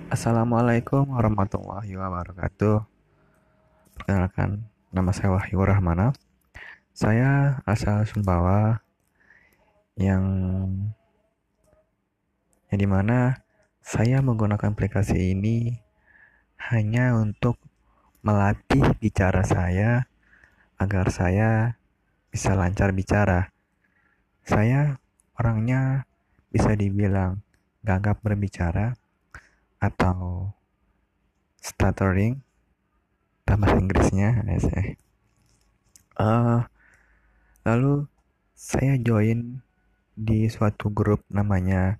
Assalamualaikum warahmatullahi wabarakatuh. Perkenalkan, nama saya Wahyu Rahmana. Saya asal Sumbawa yang dimana saya menggunakan aplikasi ini hanya untuk melatih bicara saya agar saya bisa lancar bicara. Saya orangnya bisa dibilang gagap berbicara atau stuttering, bahasa Inggrisnya. Eh, Lalu saya join di suatu grup namanya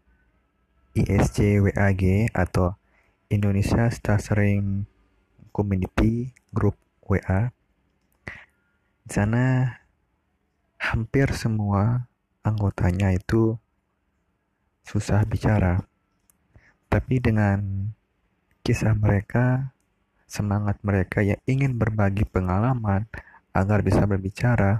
ISCWAG atau Indonesia Stuttering Community Group WA. Di sana hampir semua anggotanya itu susah bicara, tapi dengan kisah mereka, semangat mereka yang ingin berbagi pengalaman agar bisa berbicara,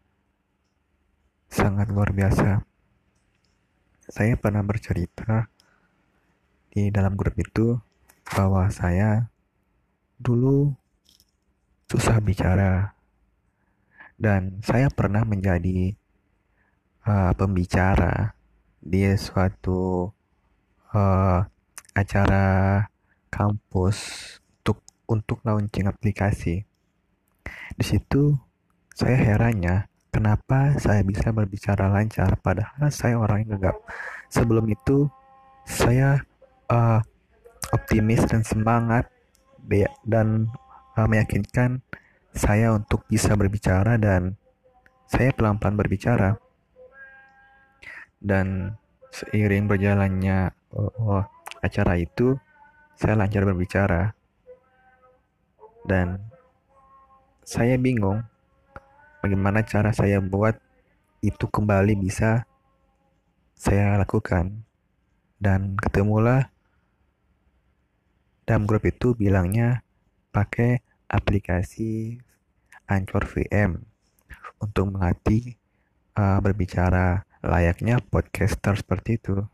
sangat luar biasa. Saya pernah bercerita di dalam grup itu bahwa saya dulu susah bicara dan saya pernah menjadi pembicara di suatu uh, acara kampus untuk launching aplikasi. Di situ saya herannya kenapa saya bisa berbicara lancar padahal saya orang yang gegap. Sebelum itu saya uh, optimis dan semangat dan meyakinkan saya untuk bisa berbicara dan saya pelan-pelan berbicara dan seiring berjalannya acara itu saya lancar berbicara dan saya bingung bagaimana cara saya buat itu kembali bisa saya lakukan dan ketemulah dalam grup itu bilangnya pakai aplikasi Anchor VM untuk melatih berbicara layaknya podcaster seperti itu.